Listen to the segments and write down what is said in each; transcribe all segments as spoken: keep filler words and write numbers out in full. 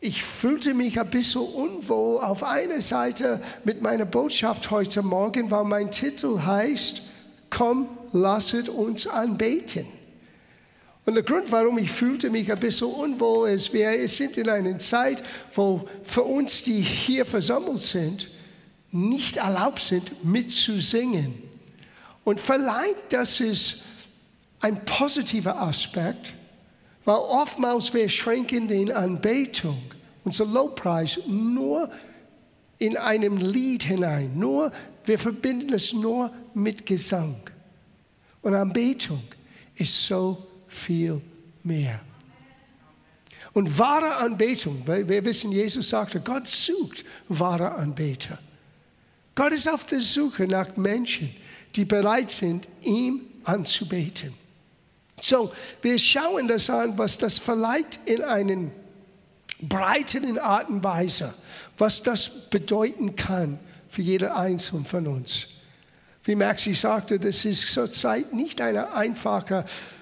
ich fühlte mich ein bisschen unwohl auf einer Seite mit meiner Botschaft heute Morgen, weil mein Titel heißt, komm, lasset uns anbeten. Und der Grund, warum ich fühlte mich ein bisschen unwohl, ist, wir sind in einer Zeit, wo für uns, die hier versammelt sind, nicht erlaubt sind, mitzusingen. Und vielleicht das ist ein positiver Aspekt, weil oftmals wir schränken die Anbetung, unser Lobpreis, nur in einem Lied hinein. Nur, wir verbinden es nur mit Gesang. Und Anbetung ist so viel mehr. Und wahre Anbetung, weil wir wissen, Jesus sagte, Gott sucht wahre Anbeter. Gott ist auf der Suche nach Menschen, die bereit sind, ihm anzubeten. So, wir schauen das an, was das vielleicht in einer breiteren Art und Weise, was das bedeuten kann für jeder Einzelne von uns. Wie Maxi sagte, das ist zurzeit nicht ein einfacher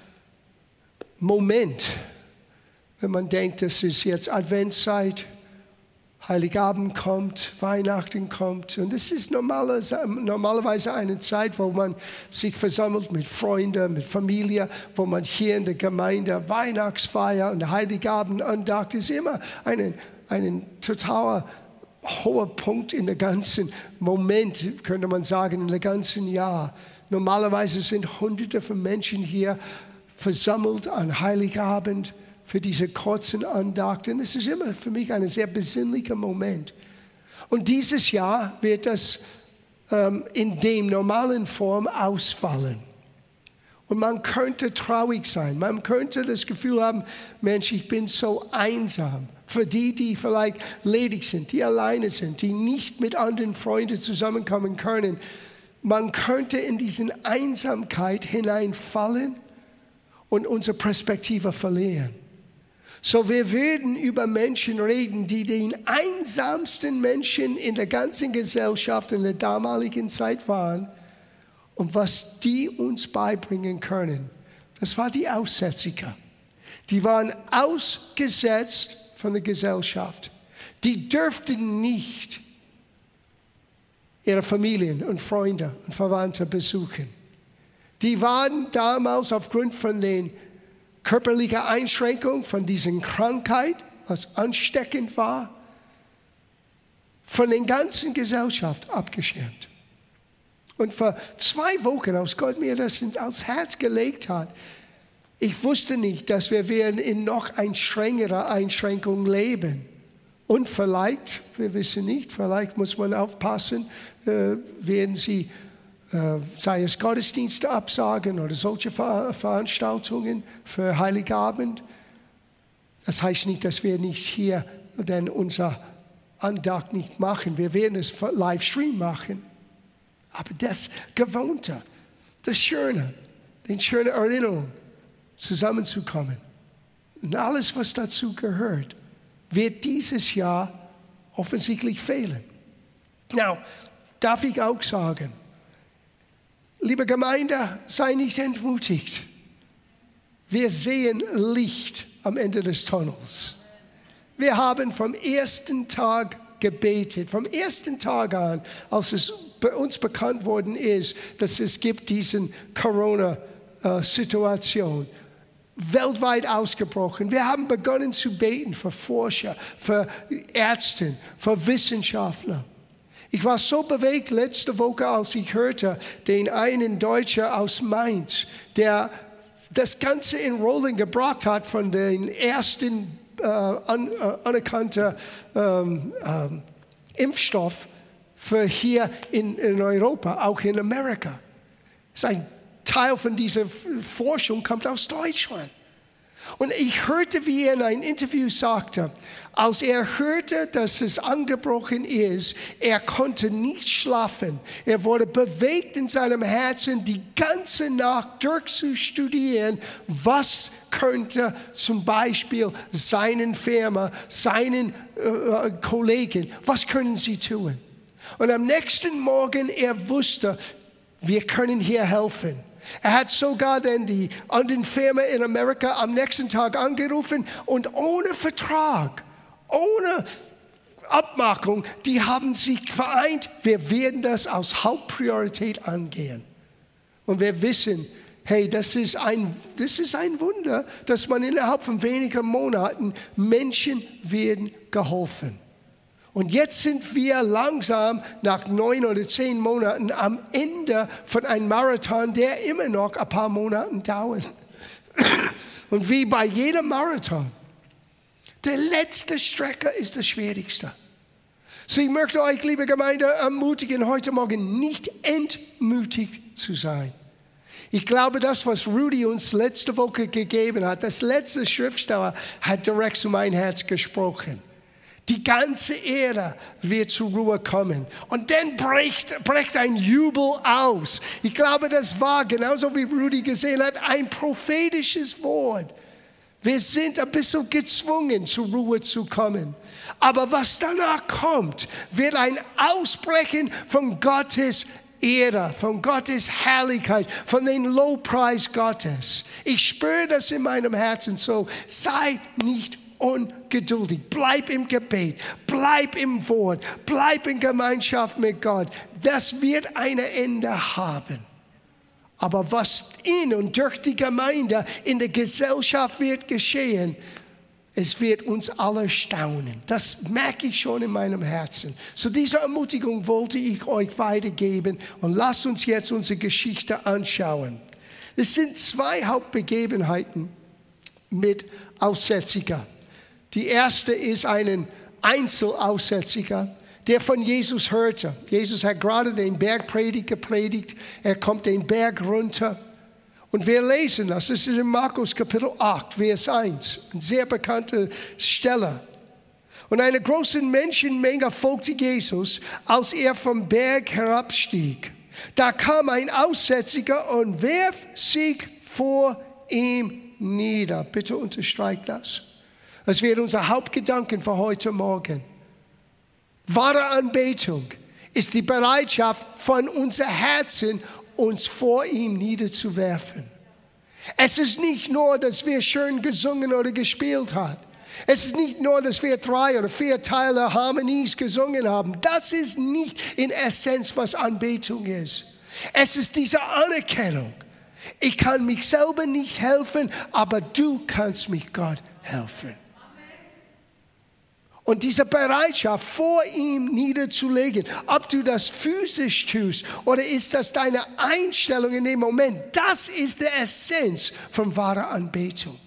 Moment, wenn man denkt, das ist jetzt Adventszeit, Heiligabend kommt, Weihnachten kommt. Und das ist normalerweise eine Zeit, wo man sich versammelt mit Freunden, mit Familie, wo man hier in der Gemeinde Weihnachtsfeier und Heiligabend andacht. Das ist immer ein, ein total hoher Punkt in der ganzen Moment, könnte man sagen, in der ganzen Jahr. Normalerweise sind Hunderte von Menschen hier versammelt an Heiligabend für diese kurzen Andachten. Es ist immer für mich ein sehr besinnlicher Moment. Und dieses Jahr wird das ähm, in dem normalen Form ausfallen. Und man könnte traurig sein. Man könnte das Gefühl haben, Mensch, ich bin so einsam. Für die, die vielleicht ledig sind, die alleine sind, die nicht mit anderen Freunden zusammenkommen können. Man könnte in diese Einsamkeit hineinfallen und unsere Perspektive verlieren. So, wir werden über Menschen reden, die den einsamsten Menschen in der ganzen Gesellschaft in der damaligen Zeit waren und was die uns beibringen können. Das war die Aussätziger. Die waren ausgesetzt von der Gesellschaft. Die dürften nicht ihre Familien und Freunde und Verwandte besuchen. Die waren damals aufgrund von den körperlichen Einschränkungen, von dieser Krankheit, was ansteckend war, von der ganzen Gesellschaft abgeschirmt. Und vor zwei Wochen, als Gott mir das ans Herz gelegt hat, ich wusste nicht, dass wir werden in noch ein strengere Einschränkung leben. Und vielleicht, wir wissen nicht, vielleicht muss man aufpassen, äh, werden sie, äh, sei es Gottesdienste absagen oder solche Ver- Veranstaltungen für Heiligabend. Das heißt nicht, dass wir nicht hier denn unser Andacht nicht machen. Wir werden es Livestream machen. Aber das Gewohnte, das Schöne, die schöne Erinnerung, zusammenzukommen und alles, was dazu gehört, wird dieses Jahr offensichtlich fehlen. Now, darf ich auch sagen, liebe Gemeinde, sei nicht entmutigt. Wir sehen Licht am Ende des Tunnels. Wir haben vom ersten Tag gebetet, vom ersten Tag an, als es bei uns bekannt worden ist, dass es gibt diese Corona-Situation, weltweit ausgebrochen. Wir haben begonnen zu beten für Forscher, für Ärzte, für Wissenschaftler. Ich war so bewegt letzte Woche, als ich hörte, den einen Deutschen aus Mainz, der das Ganze in Rollen gebracht hat von den ersten äh, an, äh, anerkannten ähm, ähm, Impfstoff für hier in, in Europa, auch in Amerika. Das ist ein Teil von dieser Forschung kommt aus Deutschland. Und ich hörte, wie er in einem Interview sagte, als er hörte, dass es angebrochen ist, er konnte nicht schlafen. Er wurde bewegt in seinem Herzen, die ganze Nacht durchzustudieren, was könnte zum Beispiel seinen Firma, seinen äh, Kollegen, was können sie tun? Und am nächsten Morgen, er wusste, wir können hier helfen. Er hat sogar dann die anderen Firmen in Amerika am nächsten Tag angerufen und ohne Vertrag, ohne Abmachung, die haben sich vereint. Wir werden das als Hauptpriorität angehen. Und wir wissen, hey, das ist ein, das ist ein Wunder, dass man innerhalb von wenigen Monaten Menschen werden geholfen. Und jetzt sind wir langsam nach neun oder zehn Monaten am Ende von einem Marathon, der immer noch ein paar Monate dauert. Und wie bei jedem Marathon, der letzte Strecke ist das Schwierigste. So, ich möchte euch, liebe Gemeinde, ermutigen, heute Morgen nicht entmutigt zu sein. Ich glaube, das, was Rudy uns letzte Woche gegeben hat, das letzte Schriftsteller hat direkt zu meinem Herz gesprochen. Die ganze Erde wird zur Ruhe kommen. Und dann bricht, bricht ein Jubel aus. Ich glaube, das war, genauso wie Rudy gesehen hat, ein prophetisches Wort. Wir sind ein bisschen gezwungen, zur Ruhe zu kommen. Aber was danach kommt, wird ein Ausbrechen von Gottes Ehre, von Gottes Herrlichkeit, von dem Lobpreis Gottes. Ich spüre das in meinem Herzen so. Sei nicht ungeduldig. Bleib im Gebet. Bleib im Wort. Bleib in Gemeinschaft mit Gott. Das wird ein Ende haben. Aber was in und durch die Gemeinde in der Gesellschaft wird geschehen, es wird uns alle staunen. Das merke ich schon in meinem Herzen. So diese Ermutigung wollte ich euch weitergeben. Und lasst uns jetzt unsere Geschichte anschauen. Es sind zwei Hauptbegebenheiten mit Aussätziger. Die erste ist ein Einzelaussätziger, der von Jesus hörte. Jesus hat gerade den Bergpredigt gepredigt. Er kommt den Berg runter. Und wir lesen das. Das ist in Markus Kapitel acht, Vers eins. Eine sehr bekannte Stelle. Und eine große Menschenmenge folgte Jesus, als er vom Berg herabstieg. Da kam ein Aussätziger und warf sich vor ihm nieder. Bitte unterstreicht das. Das wird unser Hauptgedanke für heute Morgen. Wahre Anbetung ist die Bereitschaft von unser Herzen, uns vor ihm niederzuwerfen. Es ist nicht nur, dass wir schön gesungen oder gespielt haben. Es ist nicht nur, dass wir drei oder vier Teile Harmonies gesungen haben. Das ist nicht in Essenz, was Anbetung ist. Es ist diese Anerkennung. Ich kann mich selber nicht helfen, aber du kannst mich, Gott, helfen. Und diese Bereitschaft, vor ihm niederzulegen, ob du das physisch tust oder ist das deine Einstellung in dem Moment, das ist die Essenz von wahrer Anbetung.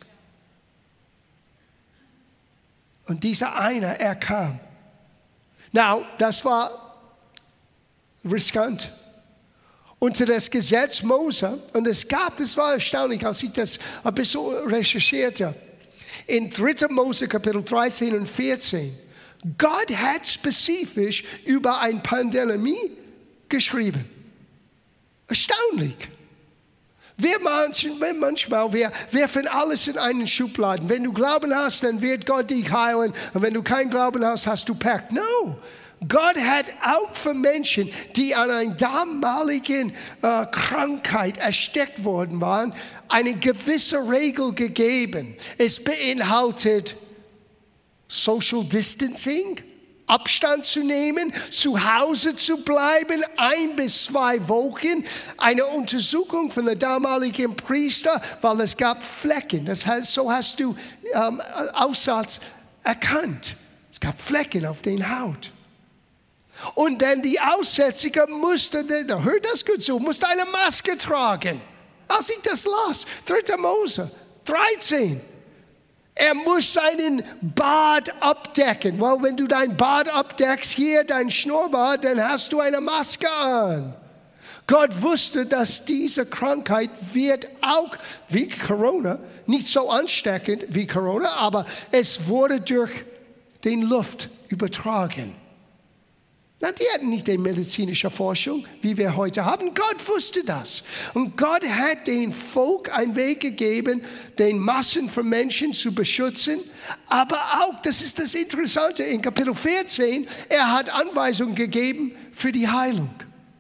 Und dieser eine, er kam. Now, das war riskant. Unter das Gesetz Mose, und es gab, das war erstaunlich, als ich das ein bisschen recherchierte, in dritter Mose Kapitel dreizehn und vierzehn, Gott hat spezifisch über eine Pandemie geschrieben. Erstaunlich. Wir manchmal, wir werfen alles in einen Schubladen. Wenn du Glauben hast, dann wird Gott dich heilen. Und wenn du keinen Glauben hast, hast du Pech. No. Gott hat auch für Menschen, die an einer damaligen äh, Krankheit ersteckt worden waren, eine gewisse Regel gegeben. Es beinhaltet Social Distancing, Abstand zu nehmen, zu Hause zu bleiben, ein bis zwei Wochen, eine Untersuchung von der damaligen Priester, weil es gab Flecken. Das heißt, so hast du ähm, Aussatz erkannt. Es gab Flecken auf der Haut. Und dann die Aussätziger mussten, hört das gut so, musste eine Maske tragen. Als ich das las, dritter Mose dreizehn. Er muss seinen Bart abdecken. Weil wenn du dein Bart abdeckst, hier dein Schnurrbart, dann hast du eine Maske an. Gott wusste, dass diese Krankheit wird auch wie Corona, nicht so ansteckend wie Corona, aber es wurde durch den Luft übertragen. Na, die hatten nicht die medizinische Forschung, wie wir heute haben. Gott wusste das. Und Gott hat dem Volk einen Weg gegeben, den Massen von Menschen zu beschützen. Aber auch, das ist das Interessante, in Kapitel vierzehn, er hat Anweisungen gegeben für die Heilung.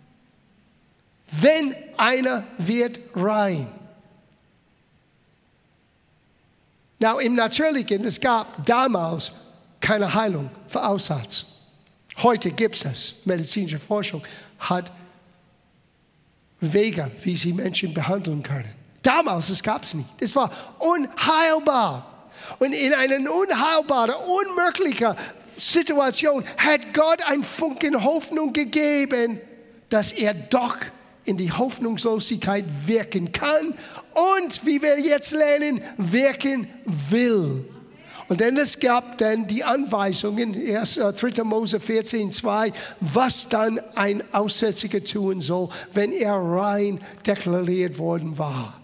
Wenn einer wird rein. Na, im Natürlichen, es gab damals keine Heilung für Aussatz. Heute gibt es das. Medizinische Forschung hat Wege, wie sie Menschen behandeln können. Damals, es gab es nicht. Es war unheilbar. Und in einer unheilbaren, unmöglichen Situation hat Gott ein Funken Hoffnung gegeben, dass er doch in die Hoffnungslosigkeit wirken kann und, wie wir jetzt lernen, wirken will. Und dann es gab dann die Anweisungen, dritter Mose vierzehn, zwei, was dann ein Aussätziger tun soll, wenn er rein deklariert worden war.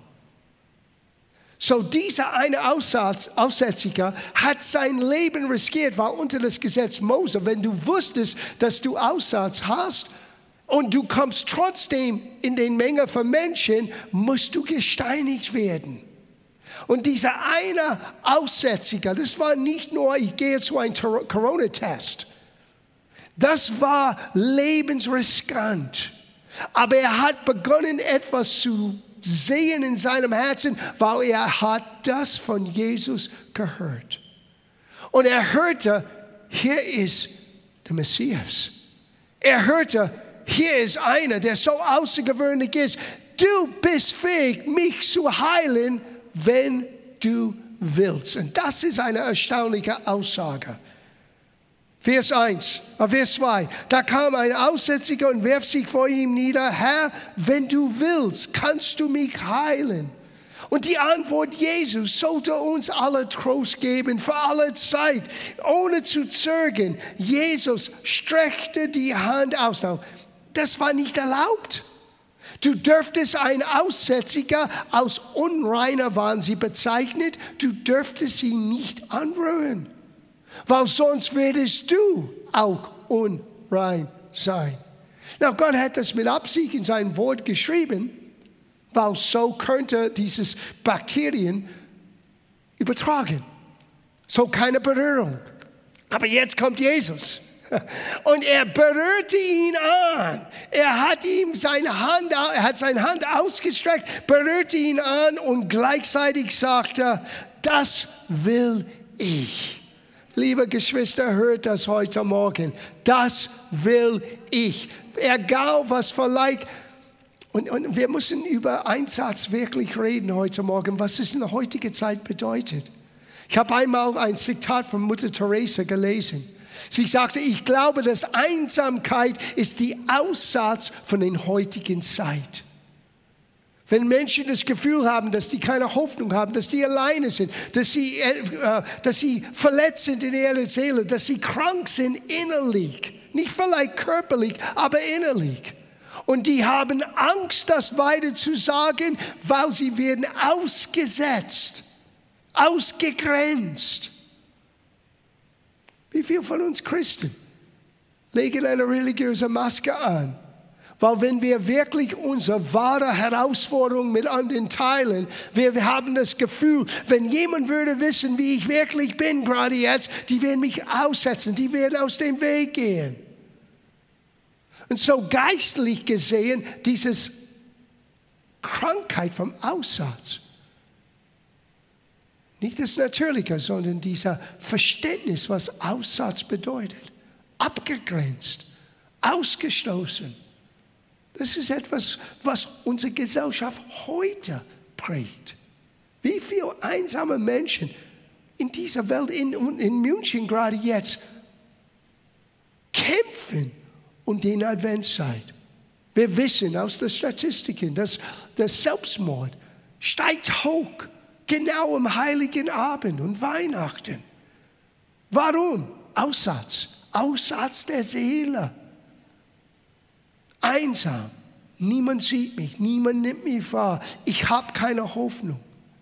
So dieser eine Aussatz, Aussätziger hat sein Leben riskiert, weil unter das Gesetz Mose, wenn du wusstest, dass du Aussatz hast und du kommst trotzdem in die Menge von Menschen, musst du gesteinigt werden. Und dieser eine Aussätziger, das war nicht nur, ich gehe zu einem Corona-Test. Das war lebensriskant. Aber er hat begonnen, etwas zu sehen in seinem Herzen, weil er hat das von Jesus gehört. Und er hörte, hier ist der Messias. Er hörte, hier ist einer, der so außergewöhnlich ist. Du bist fähig, mich zu heilen, wenn du willst. Und das ist eine erstaunliche Aussage. Vers eins, Vers zwei. Da kam ein Aussätziger und warf sich vor ihm nieder. Herr, wenn du willst, kannst du mich heilen. Und die Antwort Jesus sollte uns alle Trost geben für alle Zeit, ohne zu zögern. Jesus streckte die Hand aus. Das war nicht erlaubt. Du dürftest ein Aussätziger, als unreiner waren sie bezeichnet, du dürftest sie nicht anrühren, weil sonst würdest du auch unrein sein. Na, Gott hat das mit Absicht in sein Wort geschrieben, weil so könnte dieses Bakterien übertragen. So keine Berührung. Aber jetzt kommt Jesus. Und er berührte ihn an. Er hat ihm seine Hand, er hat seine Hand ausgestreckt, berührte ihn an und gleichzeitig sagte, das will ich. Liebe Geschwister, hört das heute Morgen. Das will ich. Egal was vielleicht. Und, und wir müssen über einen Satz wirklich reden heute Morgen, was es in der heutigen Zeit bedeutet. Ich habe einmal ein Zitat von Mutter Teresa gelesen. Sie sagte, ich glaube, dass Einsamkeit ist die Aussatz von der heutigen Zeit. Wenn Menschen das Gefühl haben, dass sie keine Hoffnung haben, dass sie alleine sind, dass sie, äh, dass sie verletzt sind in ihrer Seele, dass sie krank sind innerlich. Nicht vielleicht körperlich, aber innerlich. Und die haben Angst, das weiter zu sagen, weil sie werden ausgesetzt, ausgegrenzt. Wie viele von uns Christen legen eine religiöse Maske an? Weil wenn wir wirklich unsere wahre Herausforderung mit anderen teilen, wir, wir haben das Gefühl, wenn jemand würde wissen, wie ich wirklich bin gerade jetzt, die werden mich aussetzen, die werden aus dem Weg gehen. Und so geistlich gesehen, diese Krankheit vom Aussatz, nicht das Natürliche, sondern dieser Verständnis, was Aussatz bedeutet. Abgegrenzt, ausgestoßen. Das ist etwas, was unsere Gesellschaft heute prägt. Wie viele einsame Menschen in dieser Welt, in, in München gerade jetzt, kämpfen um die Adventszeit. Wir wissen aus den Statistiken, dass der Selbstmord steigt hoch. Genau am Heiligen Abend und Weihnachten. Warum? Aussatz. Aussatz der Seele. Einsam. Niemand sieht mich. Niemand nimmt mich wahr. Ich habe keine Hoffnung.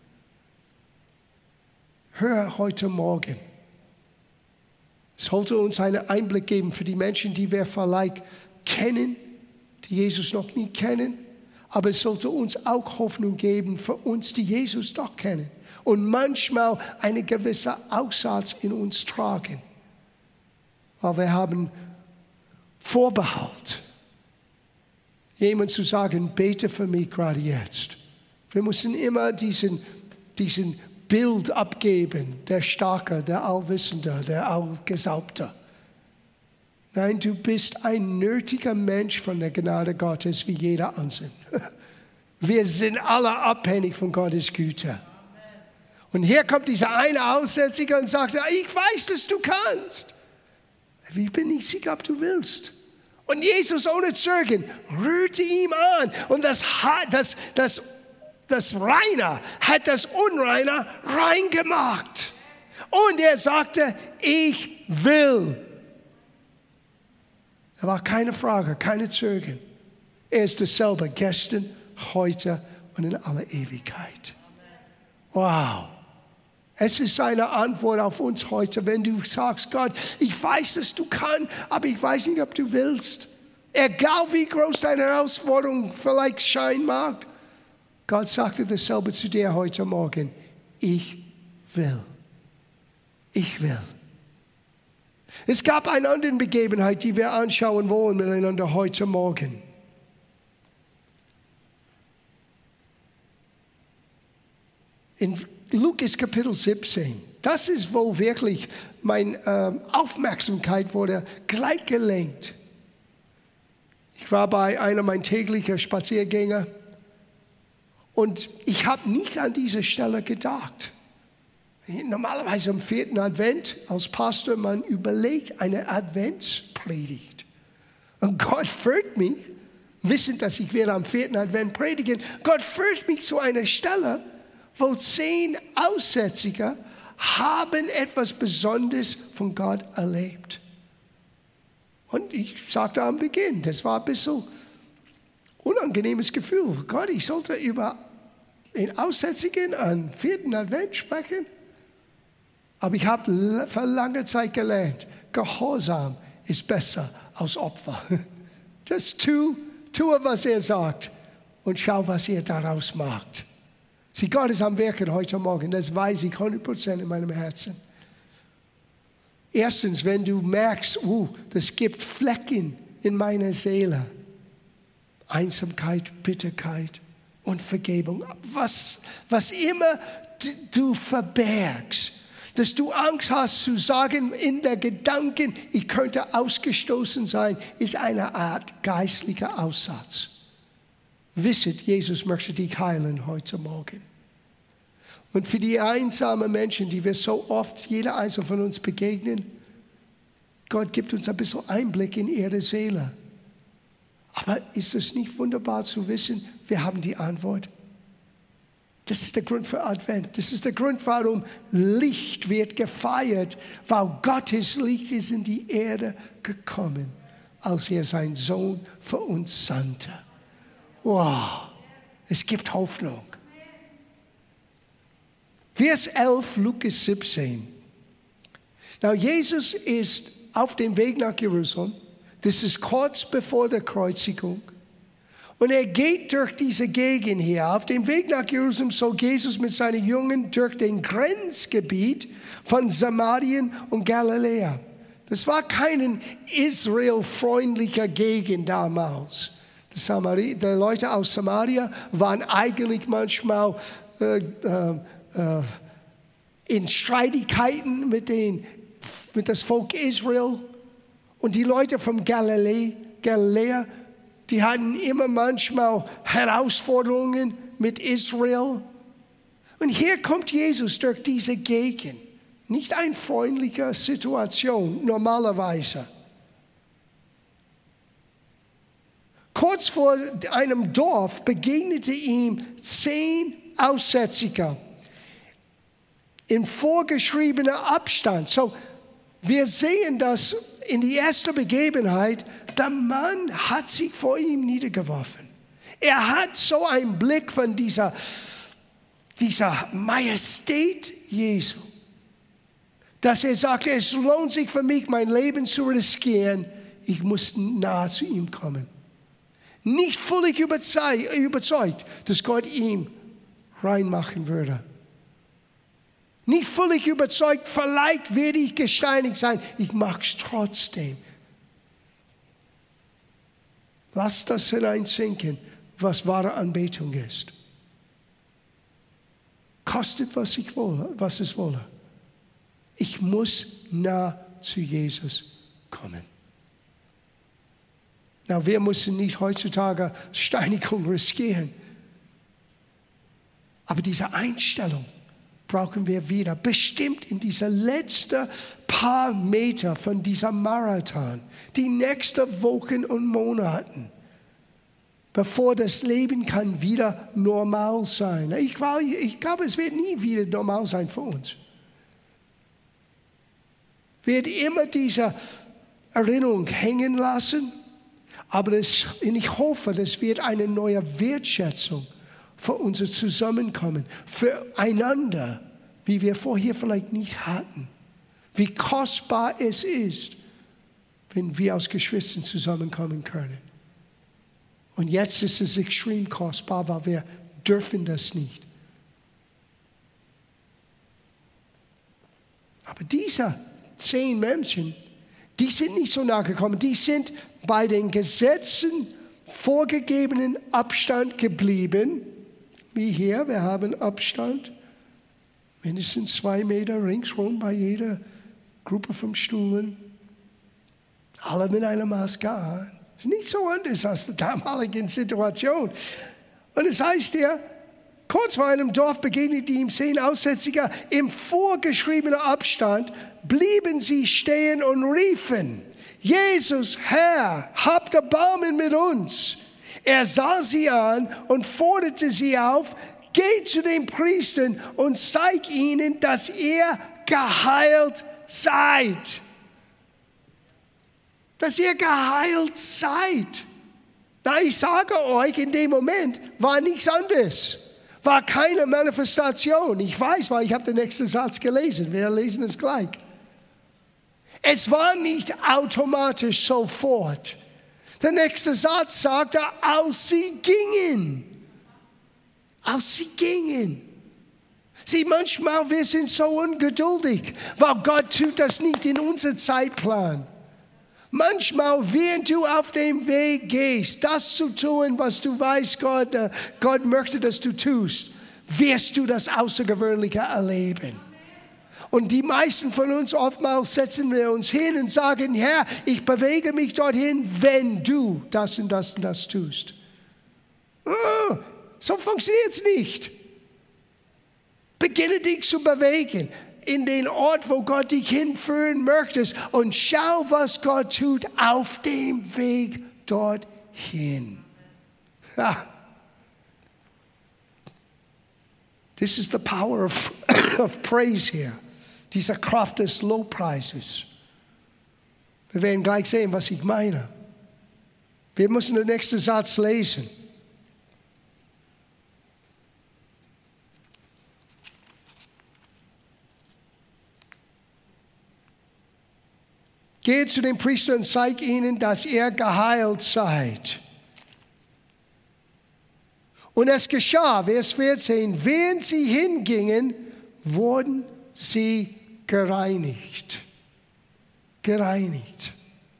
Hör heute Morgen. Es sollte uns einen Einblick geben für die Menschen, die wir vielleicht kennen, die Jesus noch nie kennen. Aber es sollte uns auch Hoffnung geben für uns, die Jesus doch kennen. Und manchmal eine gewisse Aussatz in uns tragen. Aber wir haben Vorbehalt. Jemand zu sagen, bete für mich gerade jetzt. Wir müssen immer diesen, diesen Bild abgeben, der Starke, der Allwissende, der Allgesalbte. Nein, du bist ein nötiger Mensch von der Gnade Gottes, wie jeder andere. Wir sind alle abhängig von Gottes Güte. Und hier kommt dieser eine Aussätzige und sagt, ich weiß, dass du kannst. Ich bin nicht sicher, ob du willst. Und Jesus ohne Zögern rührte ihm an. Und das, das, das, das Reine hat das Unreine rein gemacht. Und er sagte, ich will. Da war keine Frage, keine Zögern. Er ist dasselbe gestern, heute und in aller Ewigkeit. Wow. Es ist eine Antwort auf uns heute, wenn du sagst, Gott, ich weiß, dass du kannst, aber ich weiß nicht, ob du willst. Egal wie groß deine Herausforderung vielleicht scheinen mag. Gott sagte dasselbe zu dir heute Morgen. Ich will. Ich will. Es gab eine andere Begebenheit, die wir anschauen wollen miteinander heute Morgen. In Lukas Kapitel siebzehn, das ist, wo wirklich meine ähm, Aufmerksamkeit wurde gleich gelenkt. Ich war bei einer meiner täglichen Spaziergänge und ich habe nicht an diese Stelle gedacht. Normalerweise am vierten Advent als Pastor, man überlegt eine Adventspredigt. Und Gott führt mich, wissend, dass ich werde am vierten Advent predigen, Gott führt mich zu einer Stelle, wo zehn Aussätzige haben etwas Besonderes von Gott erlebt. Und ich sagte am Beginn, das war ein bisschen unangenehmes Gefühl. Gott, ich sollte über den Aussätzigen am vierten Advent sprechen. Aber ich habe für lange Zeit gelernt, Gehorsam ist besser als Opfer. Das tu, tue, was er sagt und schau, was er daraus macht. Sieh, Gott ist am Wirken heute Morgen, das weiß ich hundert Prozent in meinem Herzen. Erstens, wenn du merkst, uh, das gibt Flecken in meiner Seele. Einsamkeit, Bitterkeit, Unvergebung, was, was immer du verbergst. Dass du Angst hast zu sagen in der Gedanken, ich könnte ausgestoßen sein, ist eine Art geistlicher Aussatz. Wisset, Jesus möchte dich heilen heute Morgen. Und für die einsamen Menschen, die wir so oft, jeder einzelne von uns begegnen, Gott gibt uns ein bisschen Einblick in ihre Seele. Aber ist es nicht wunderbar zu wissen, wir haben die Antwort? Das ist der Grund für Advent. Das ist der Grund, warum Licht wird gefeiert, weil Gottes Licht ist in die Erde gekommen, als er seinen Sohn für uns sandte. Wow, es gibt Hoffnung. Vers elf, Lukas siebzehn. Now, Jesus ist auf dem Weg nach Jerusalem. Das ist kurz bevor der Kreuzigung. Und er geht durch diese Gegend hier. Auf dem Weg nach Jerusalem zog Jesus mit seinen Jungen durch den Grenzgebiet von Samarien und Galiläa. Das war keine Israel-freundliche Gegend damals. Die, Samari- die Leute aus Samaria waren eigentlich manchmal äh, äh, äh, in Streitigkeiten mit, den, mit das Volk Israel. Und die Leute von Galiläa, Galiläa die hatten immer manchmal Herausforderungen mit Israel. Und hier kommt Jesus durch diese Gegend. Nicht eine freundliche Situation, normalerweise. Kurz vor einem Dorf begegnete ihm zehn Aussätzige in vorgeschriebener Abstand. So, wir sehen das in die erste Begebenheit. Der Mann hat sich vor ihm niedergeworfen. Er hat so einen Blick von dieser, dieser Majestät Jesu, dass er sagt, es lohnt sich für mich, mein Leben zu riskieren. Ich muss nahe zu ihm kommen. Nicht völlig überzeugt, dass Gott ihn reinmachen würde. Nicht völlig überzeugt, vielleicht werde ich gesteinigt sein. Ich mache es trotzdem. Lass das hineinsinken, was wahre Anbetung ist. kostet, was, ich wolle, was es wolle. Ich muss nah zu Jesus kommen. Na, wir müssen nicht heutzutage Steinigung riskieren. Aber diese Einstellung brauchen wir wieder. Bestimmt in dieser letzten paar Meter von diesem Marathon, die nächsten Wochen und Monaten, bevor das Leben kann wieder normal sein. Ich, war, ich glaube, es wird nie wieder normal sein für uns. Wird immer diese Erinnerung hängen lassen, aber das, ich hoffe, das wird eine neue Wertschätzung für unser Zusammenkommen, füreinander, wie wir vorher vielleicht nicht hatten. Wie kostbar es ist, wenn wir als Geschwistern zusammenkommen können. Und jetzt ist es extrem kostbar, weil wir dürfen das nicht. Aber diese zehn Menschen, die sind nicht so nahe gekommen. Die sind bei den Gesetzen vorgegebenen Abstand geblieben. Wie hier, wir haben Abstand. Mindestens zwei Meter ringsherum bei jeder Gruppe von Stühlen. Alle mit einer Maske an. Das ist nicht so anders als der damaligen Situation. Und es heißt hier, kurz vor einem Dorf begegneten ihm zehn Aussätzige. Im vorgeschriebenen Abstand blieben sie stehen und riefen, Jesus, Herr, habt Erbarmen mit uns. Er sah sie an und forderte sie auf, geht zu den Priestern und zeigt ihnen, dass ihr geheilt seid. Dass ihr geheilt seid. Na, ich sage euch, in dem Moment war nichts anderes. War keine Manifestation. Ich weiß, weil ich habe den nächsten Satz gelesen. Wir lesen es gleich. Es war nicht automatisch sofort. Der nächste Satz sagte, als sie gingen. Als sie gingen. Sieh, manchmal wir sind so ungeduldig, weil Gott tut das nicht in unserem Zeitplan. Manchmal, während du auf dem Weg gehst, das zu tun, was du weißt, Gott, uh, Gott möchte, dass du tust, wirst du das Außergewöhnliche erleben. Und die meisten von uns, oftmals setzen wir uns hin und sagen, Herr, ich bewege mich dorthin, wenn du das und das und das tust. Oh, so funktioniert es nicht. Beginne dich zu bewegen in den Ort, wo Gott dich hinführen möchte und schau, was Gott tut auf dem Weg dorthin. Ja. This is the power of, of praise here. Diese Kraft des Lobpreises. Wir werden gleich sehen, was ich meine. Wir müssen den nächsten Satz lesen. Geht zu den Priestern und zeigt ihnen, dass ihr geheilt seid. Und es geschah, Vers vierzehn, während sie hingingen, wurden sie gereinigt. Gereinigt.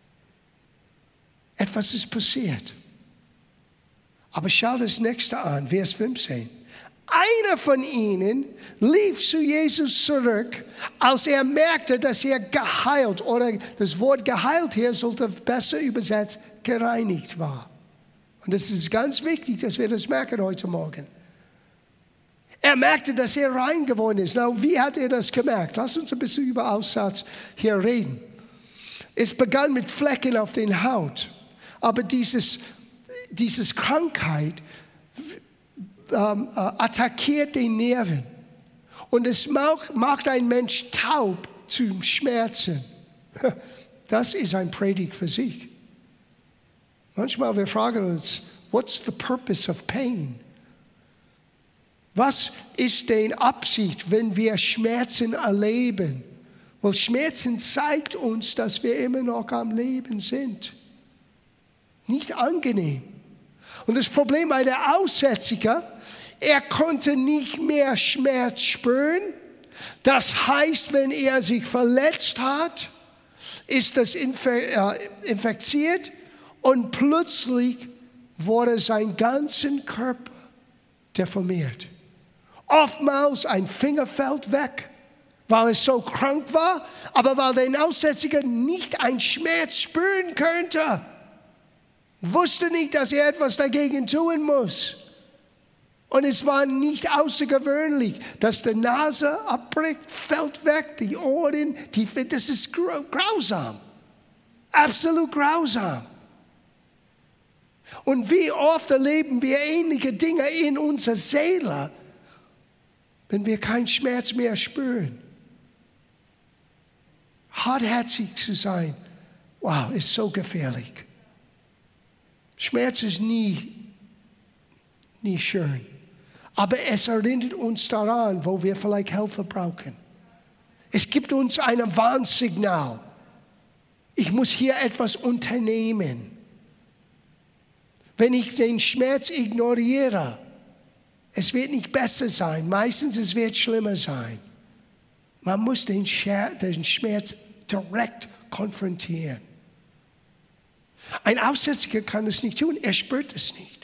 Etwas ist passiert. Aber schau das nächste an, Vers fünfzehn. Einer von ihnen lief zu Jesus zurück, als er merkte, dass er geheilt, oder das Wort geheilt hier sollte besser übersetzt, gereinigt war. Und es ist ganz wichtig, dass wir das merken heute Morgen. Er merkte, dass er rein geworden ist. Na, wie hat er das gemerkt? Lass uns ein bisschen über Aussatz hier reden. Es begann mit Flecken auf der Haut. Aber dieses, dieses Krankheit ähm, äh, attackiert die Nerven. Und es macht, macht einen Mensch taub zum Schmerzen. Das ist ein Predigt für sich. Manchmal wir fragen uns, what's the purpose of pain? Was ist die Absicht, wenn wir Schmerzen erleben? Weil Schmerzen zeigt uns, dass wir immer noch am Leben sind. Nicht angenehm. Und das Problem bei der Aussätzigen, er konnte nicht mehr Schmerz spüren. Das heißt, wenn er sich verletzt hat, ist das infiziert und plötzlich wurde sein ganzer Körper deformiert. Oftmals ein Finger fällt weg, weil es so krank war, aber weil der Aussätzige nicht einen Schmerz spüren könnte. Wusste nicht, dass er etwas dagegen tun muss. Und es war nicht außergewöhnlich, dass die Nase abbricht, fällt weg, die Ohren, die, das ist grausam. Absolut grausam. Und wie oft erleben wir ähnliche Dinge in unserer Seele, wenn wir keinen Schmerz mehr spüren. Hartherzig zu sein, wow, ist so gefährlich. Schmerz ist nie, nie schön. Aber es erinnert uns daran, wo wir vielleicht Hilfe brauchen. Es gibt uns ein Warnsignal. Ich muss hier etwas unternehmen. Wenn ich den Schmerz ignoriere, es wird nicht besser sein. Meistens es wird schlimmer sein. Man muss den Schmerz direkt konfrontieren. Ein Aussätziger kann es nicht tun, er spürt es nicht.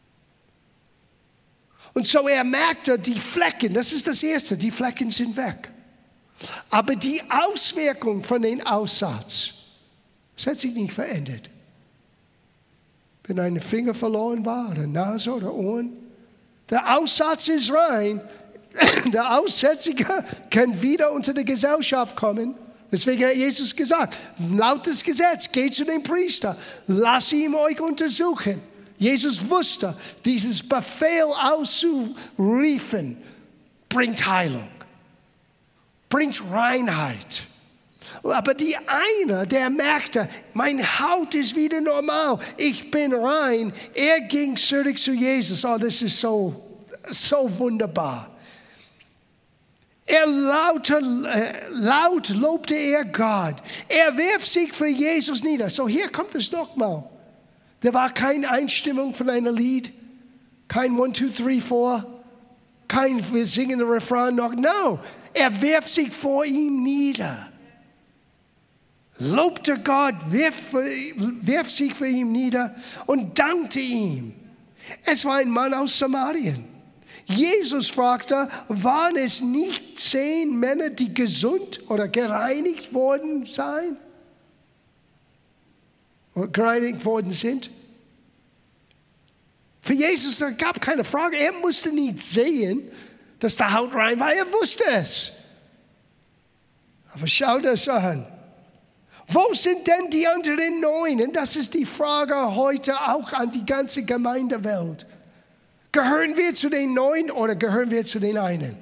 Und so er merkte, die Flecken, das ist das Erste, die Flecken sind weg. Aber die Auswirkung von dem Aussatz, das hat sich nicht verändert. Wenn ein Finger verloren war, oder Nase oder Ohren, der Aussatz ist rein. Der Aussätzige kann wieder unter die Gesellschaft kommen. Deswegen hat Jesus gesagt, laut des Gesetzes, geht zu dem Priester, lasst ihn euch untersuchen. Jesus wusste, dieses Befehl auszurufen, bringt Heilung, bringt Reinheit. Aber die eine, der merkte, meine Haut ist wieder normal, ich bin rein, er ging zurück zu Jesus. Oh, das ist so, so wunderbar. Er laut, äh, laut lobte er Gott. Er wirft sich für Jesus nieder. So, hier kommt es nochmal. Da war keine Einstimmung von einem Lied, kein one, two, three, four, kein wir singen den Refrain noch. No, er wirft sich vor ihm nieder. Lobte Gott, wirft, wirft sich für ihn nieder und dankte ihm. Es war ein Mann aus Samarien. Jesus fragte, waren es nicht zehn Männer, die gesund oder gereinigt worden seien? Oder gereinigt worden sind? Für Jesus da gab keine Frage. Er musste nicht sehen, dass der Haut rein war. Er wusste es. Aber schau das an. Wo sind denn die anderen neun? Und das ist die Frage heute auch an die ganze Gemeindewelt. Gehören wir zu den neun oder gehören wir zu den einen?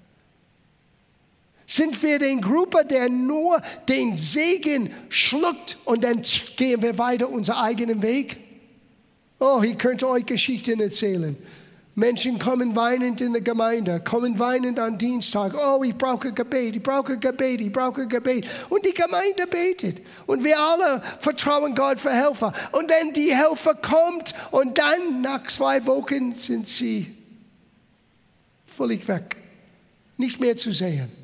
Sind wir den Gruppe, der nur den Segen schluckt und dann gehen wir weiter unseren eigenen Weg? Oh, ich könnte euch Geschichten erzählen. Menschen kommen weinend in die Gemeinde, kommen weinend am Dienstag. Oh, ich brauche Gebet, ich brauche Gebet, ich brauche Gebet. Und die Gemeinde betet. Und wir alle vertrauen Gott für Helfer. Und dann die Helfer kommt und dann nach zwei Wochen sind sie völlig weg. Nicht mehr zu sehen.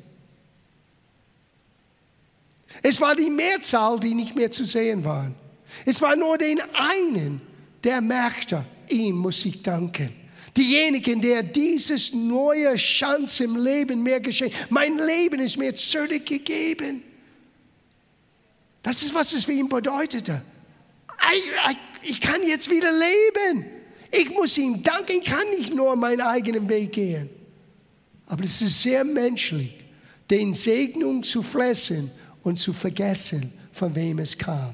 Es war die Mehrzahl, die nicht mehr zu sehen waren. Es war nur den einen, der merkte, ihm muss ich danken. Diejenigen, der dieses neue Chance im Leben mir geschenkt, mein Leben ist mir zurückgegeben. Das ist, was es für ihn bedeutete. Ich kann jetzt wieder leben. Ich muss ihm danken, ich kann nicht nur meinen eigenen Weg gehen. Aber es ist sehr menschlich, den Segnung zu fressen und zu vergessen, von wem es kam.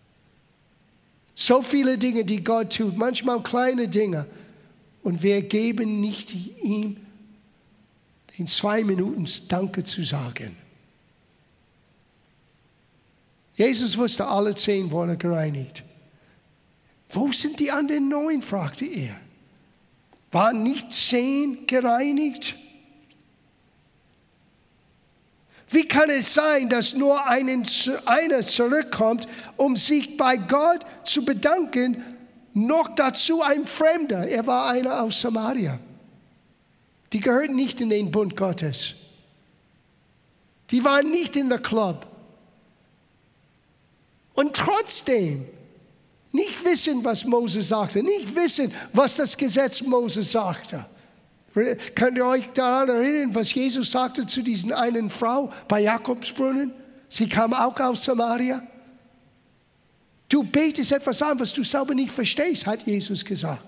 So viele Dinge, die Gott tut, manchmal kleine Dinge, und wir geben nicht ihm in zwei Minuten Danke zu sagen. Jesus wusste, alle zehn wurden gereinigt. Wo sind die anderen neun, fragte er. Waren nicht zehn gereinigt? Wie kann es sein, dass nur einen, einer zurückkommt, um sich bei Gott zu bedanken, noch dazu ein Fremder? Er war einer aus Samaria. Die gehörten nicht in den Bund Gottes. Die waren nicht in der Club. Und trotzdem nicht wissen, was Moses sagte, nicht wissen, was das Gesetz Moses sagte. Könnt ihr euch daran erinnern, was Jesus sagte zu diesen einen Frau bei Jakobsbrunnen? Sie kam auch aus Samaria. Du betest etwas an, was du selber nicht verstehst, hat Jesus gesagt.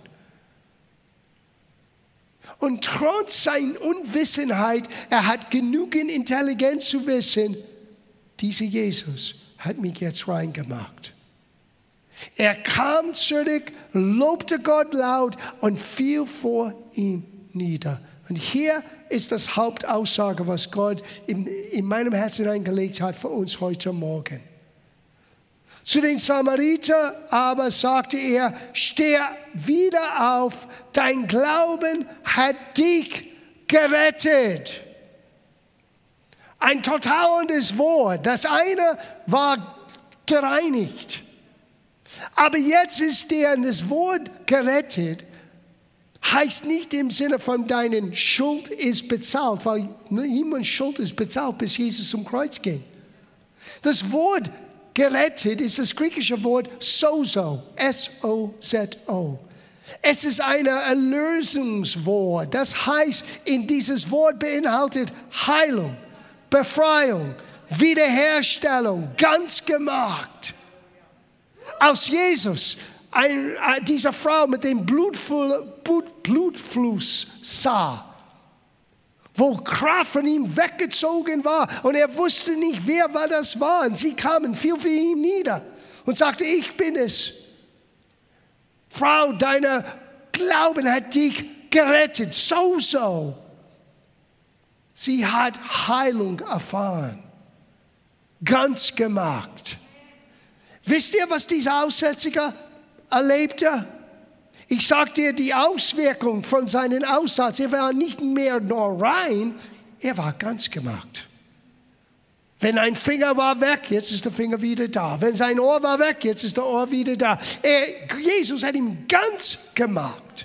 Und trotz seiner Unwissenheit, er hat genügend Intelligenz zu wissen, dieser Jesus hat mich jetzt reingemacht. Er kam zurück, lobte Gott laut und fiel vor ihm nieder. Und hier ist das Hauptaussage, was Gott in, in meinem Herzen hineingelegt hat für uns heute Morgen. Zu den Samaritern aber sagte er, steh wieder auf, dein Glauben hat dich gerettet. Ein total anderes Wort. Das eine war gereinigt. Aber jetzt ist der, das Wort gerettet, heißt nicht im Sinne von deinen Schuld ist bezahlt, weil niemand Schuld ist bezahlt, bis Jesus zum Kreuz ging. Das Wort gerettet ist das griechische Wort sozo, S O Z O. Es ist ein Erlösungswort. Das heißt, in dieses Wort beinhaltet Heilung, Befreiung, Wiederherstellung, ganz gemacht. Aus Jesus, ein, diese Frau mit dem Blutfluss, Blutfluss sah, wo Kraft von ihm weggezogen war und er wusste nicht, wer war das war. Und sie kamen, fiel für ihn nieder und sagte, ich bin es. Frau, dein Glauben hat dich gerettet, so, so. Sie hat Heilung erfahren, ganz gemacht. Wisst ihr, was dieser Aussätzige erlebte? Ich sage dir die Auswirkung von seinem Aussatz. Er war nicht mehr nur rein, er war ganz gemacht. Wenn ein Finger war weg, jetzt ist der Finger wieder da. Wenn sein Ohr war weg, jetzt ist der Ohr wieder da. Er, Jesus hat ihn ganz gemacht.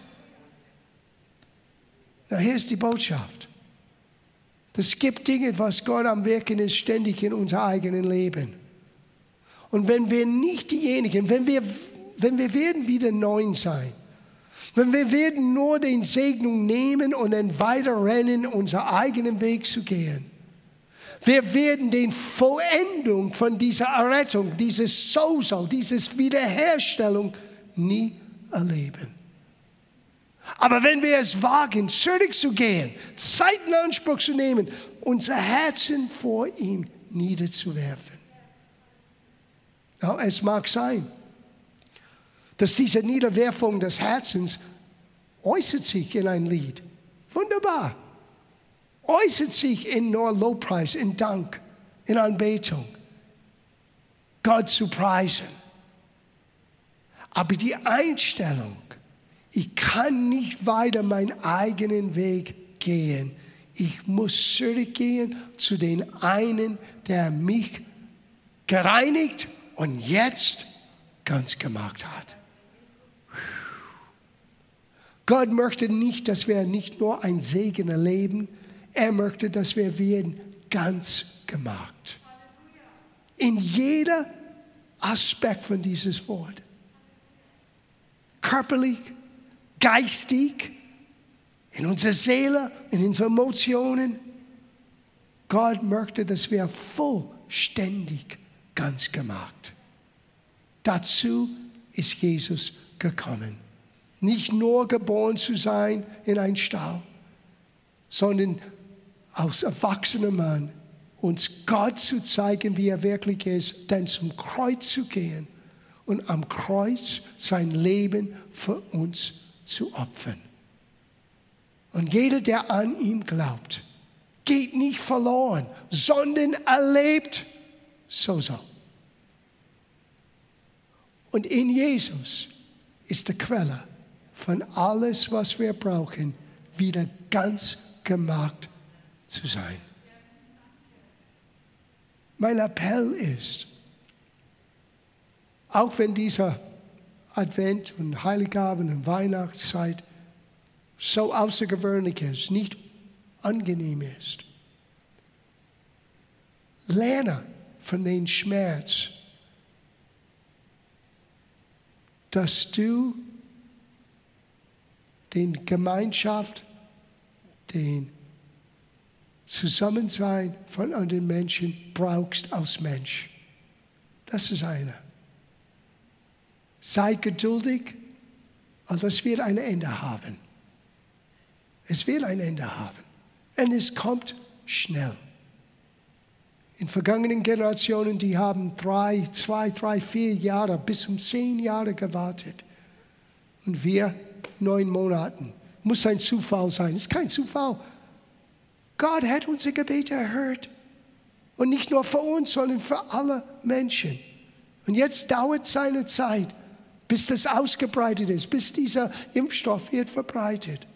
Na, hier ist die Botschaft. Es gibt Dinge, was Gott am Wirken ist, ständig in unser eigenen Leben. Und wenn wir nicht diejenigen, wenn wir, wenn wir werden wieder neu sein, wenn wir werden nur den Segnung nehmen und dann weiter rennen, unseren eigenen Weg zu gehen. Wir werden die Vollendung von dieser Errettung, dieses Sozo, dieses Wiederherstellung nie erleben. Aber wenn wir es wagen, zurückzugehen, Zeit in Anspruch zu nehmen, unser Herzen vor ihm niederzuwerfen. Ja, es mag sein, dass diese Niederwerfung des Herzens äußert sich in ein Lied. Wunderbar. Äußert sich in nur Lobpreis, in Dank, in Anbetung. Gott zu preisen. Aber die Einstellung, ich kann nicht weiter meinen eigenen Weg gehen. Ich muss zurückgehen zu den einen, der mich gereinigt und jetzt ganz gemacht hat. Gott möchte nicht, dass wir nicht nur ein Segen erleben, er möchte, dass wir werden ganz gemacht. In jeder Aspekt von dieses Wort. Körperlich, geistig, in unserer Seele, in unseren Emotionen. Gott möchte, dass wir vollständig ganz gemacht. Dazu ist Jesus gekommen. Nicht nur geboren zu sein in einen Stall, sondern als erwachsener Mann uns Gott zu zeigen, wie er wirklich ist, dann zum Kreuz zu gehen und am Kreuz sein Leben für uns zu opfern. Und jeder, der an ihn glaubt, geht nicht verloren, sondern erlebt sozo. Und in Jesus ist die Quelle von alles, was wir brauchen, wieder ganz gemacht zu sein. Mein Appell ist, auch wenn dieser Advent und Heiligabend und Weihnachtszeit so außergewöhnlich ist, nicht angenehm ist, lerne von dem Schmerz, dass du die Gemeinschaft den Zusammensein von anderen Menschen brauchst als Mensch. Das ist einer. Sei geduldig, aber es wird ein Ende haben. Es wird ein Ende haben. Und es kommt schnell. In vergangenen Generationen, die haben drei, zwei, drei, vier Jahre bis um zehn Jahre gewartet. Und wir neun Monaten. Muss ein Zufall sein. Ist kein Zufall. Gott hat unsere Gebete erhört. Und nicht nur für uns, sondern für alle Menschen. Und jetzt dauert seine Zeit, bis das ausgebreitet ist, bis dieser Impfstoff wird verbreitet.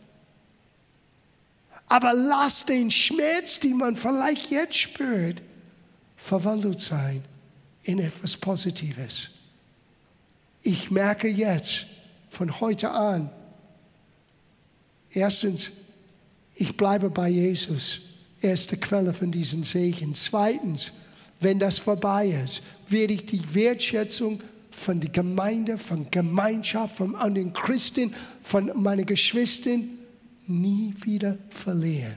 Aber lass den Schmerz, den man vielleicht jetzt spürt, verwandelt sein in etwas Positives. Ich merke jetzt, von heute an, erstens, ich bleibe bei Jesus. Er ist die Quelle von diesen Segen. Zweitens, wenn das vorbei ist, werde ich die Wertschätzung von der Gemeinde, von Gemeinschaft, von anderen Christen, von meinen Geschwistern nie wieder verlieren.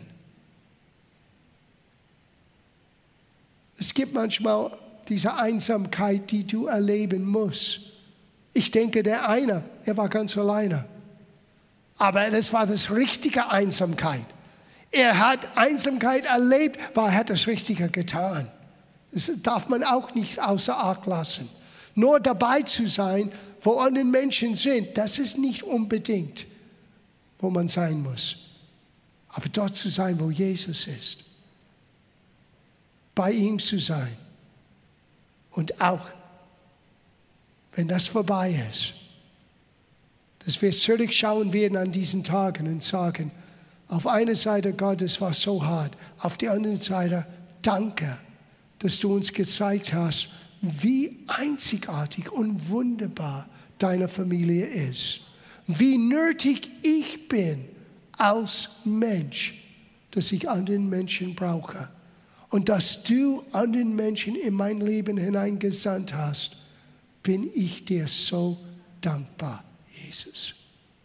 Es gibt manchmal diese Einsamkeit, die du erleben musst. Ich denke, der eine, er war ganz alleine. Aber das war das richtige Einsamkeit. Er hat Einsamkeit erlebt, weil er hat das Richtige getan. Das darf man auch nicht außer Acht lassen. Nur dabei zu sein, wo andere Menschen sind, das ist nicht unbedingt, wo man sein muss. Aber dort zu sein, wo Jesus ist. Bei ihm zu sein. Und auch, wenn das vorbei ist, dass wir zurückschauen werden an diesen Tagen und sagen, auf einer Seite, Gott, es war so hart. Auf der anderen Seite, danke, dass du uns gezeigt hast, wie einzigartig und wunderbar deine Familie ist. Wie nötig ich bin als Mensch, dass ich anderen Menschen brauche. Und dass du anderen Menschen in mein Leben hineingesandt hast, bin ich dir so dankbar, Jesus.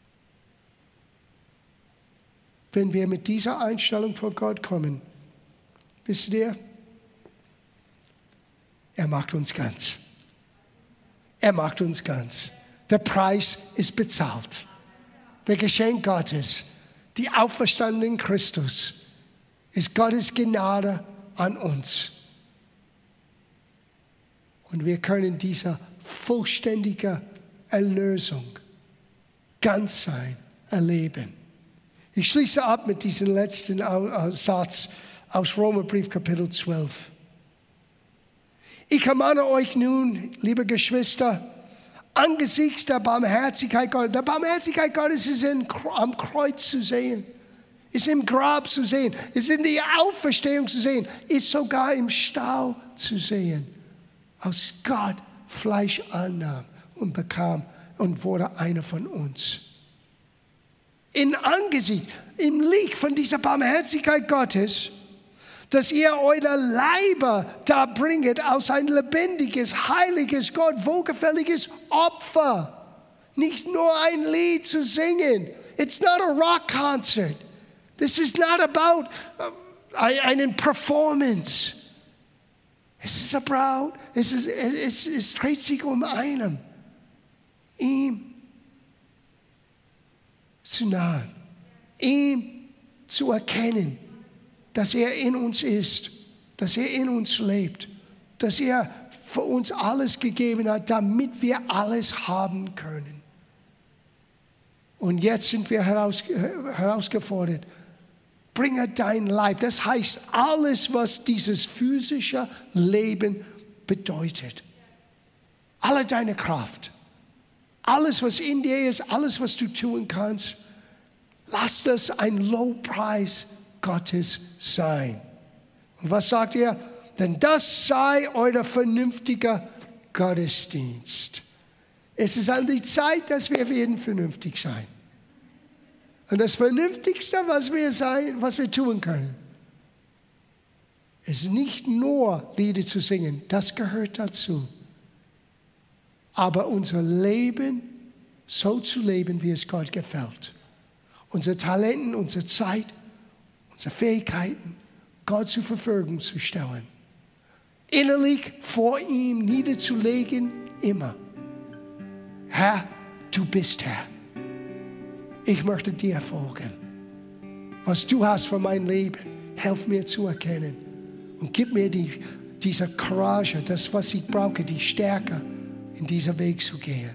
Wenn wir mit dieser Einstellung vor Gott kommen, wisst ihr, er macht uns ganz. Er macht uns ganz. Der Preis ist bezahlt. Der Geschenk Gottes, die Auferstandene in Christus, ist Gottes Gnade an uns. Und wir können diese vollständige Erlösung, Ganzsein erleben. Ich schließe ab mit diesem letzten Satz aus Römerbrief Kapitel zwölf. Ich ermahne euch nun, liebe Geschwister, angesichts der Barmherzigkeit Gottes, der Barmherzigkeit Gottes ist in, am Kreuz zu sehen, ist im Grab zu sehen, ist in der Auferstehung zu sehen, ist sogar im Stau zu sehen, als Gott Fleisch annahm und bekam und wurde einer von uns. In Angesicht, im Licht von dieser Barmherzigkeit Gottes, dass ihr eure Leiber da bringet als ein lebendiges, heiliges, Gott wohlgefälliges Opfer. Nicht nur ein Lied zu singen. It's not a rock concert. This is not about uh, eine Performance. Es ist about, es, ist, es, es dreht sich um einen. Ihm zu nahen. Ihm zu erkennen, dass er in uns ist, dass er in uns lebt, dass er für uns alles gegeben hat, damit wir alles haben können. Und jetzt sind wir heraus, herausgefordert, bringe dein Leib. Das heißt, alles, was dieses physische Leben bedeutet. Alle deine Kraft, alles, was in dir ist, alles, was du tun kannst, lass das ein Lobpreis Gottes sein. Und was sagt er? Denn das sei euer vernünftiger Gottesdienst. Es ist an die Zeit, dass wir werden vernünftig sein. Und das Vernünftigste, was wir sein, was wir tun können, ist nicht nur Lieder zu singen, das gehört dazu. Aber unser Leben so zu leben, wie es Gott gefällt. Unsere Talenten, unsere Zeit, unsere Fähigkeiten Gott zur Verfügung zu stellen. Innerlich vor ihm niederzulegen, immer. Herr, du bist Herr. Ich möchte dir folgen. Was du hast für mein Leben, hilf mir zu erkennen. Und gib mir die, diese Courage, das, was ich brauche, die Stärke, in diesen Weg zu gehen.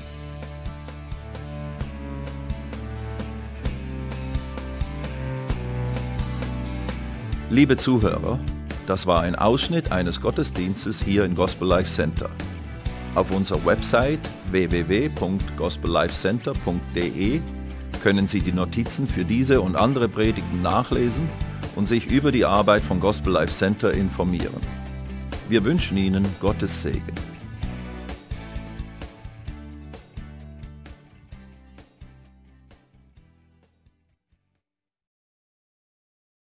Liebe Zuhörer, das war ein Ausschnitt eines Gottesdienstes hier im Gospel Life Center. Auf unserer Website w w w punkt gospel life center punkt d e können Sie die Notizen für diese und andere Predigten nachlesen und sich über die Arbeit von Gospel Life Center informieren. Wir wünschen Ihnen Gottes Segen.